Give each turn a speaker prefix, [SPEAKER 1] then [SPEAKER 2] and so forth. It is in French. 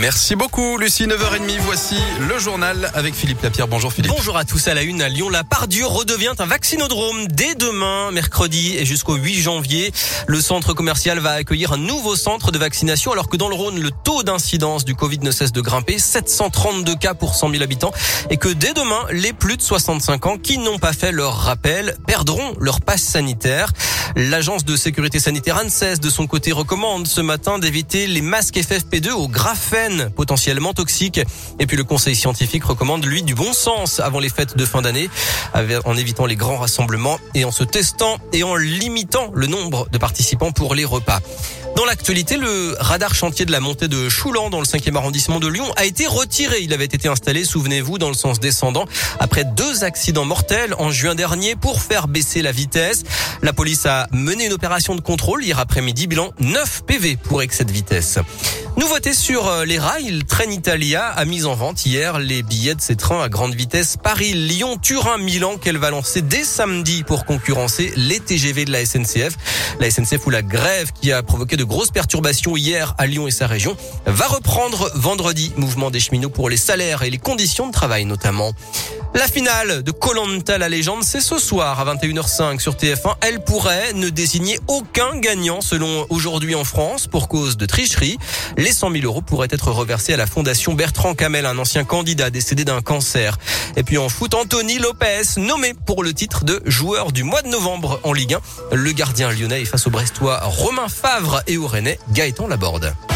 [SPEAKER 1] Merci beaucoup Lucie, 9h30, voici le journal avec Philippe Lapierre. Bonjour Philippe.
[SPEAKER 2] Bonjour à tous. À la une, à Lyon, la Part-Dieu redevient un vaccinodrome dès demain, mercredi et jusqu'au 8 janvier. Le centre commercial va accueillir un nouveau centre de vaccination alors que dans le Rhône, le taux d'incidence du Covid ne cesse de grimper, 732 cas pour 100 000 habitants et que dès demain, les plus de 65 ans qui n'ont pas fait leur rappel perdront leur passe sanitaire. L'agence de sécurité sanitaire ANSES de son côté recommande ce matin d'éviter les masques FFP2 au graphène potentiellement toxiques. Et puis le conseil scientifique recommande lui du bon sens avant les fêtes de fin d'année en évitant les grands rassemblements et en se testant et en limitant le nombre de participants pour les repas. Dans l'actualité, le radar chantier de la montée de Choulan dans le 5e arrondissement de Lyon a été retiré. Il avait été installé, souvenez-vous, dans le sens descendant après 2 accidents mortels en juin dernier pour faire baisser la vitesse. La police a mené une opération de contrôle hier après-midi, bilan 9 PV pour excès de vitesse. Nouveauté sur les rails, Trenitalia a mis en vente hier les billets de ses trains à grande vitesse Paris, Lyon, Turin, Milan qu'elle va lancer dès samedi pour concurrencer les TGV de la SNCF. La SNCF où la grève qui a provoqué de grosses perturbations hier à Lyon et sa région va reprendre vendredi. Mouvement des cheminots pour les salaires et les conditions de travail notamment. La finale de Koh-Lanta, la légende, c'est ce soir à 21h05 sur TF1. Elle pourrait ne désigner aucun gagnant selon Aujourd'hui en France pour cause de tricherie. Les 100 000 € pourraient être reversés à la fondation Bertrand Camel, un ancien candidat décédé d'un cancer. Et puis en foot, Anthony Lopez, nommé pour le titre de joueur du mois de novembre en Ligue 1. Le gardien lyonnais est face aux Brestois Romain Favre et au Rennais Gaëtan Laborde.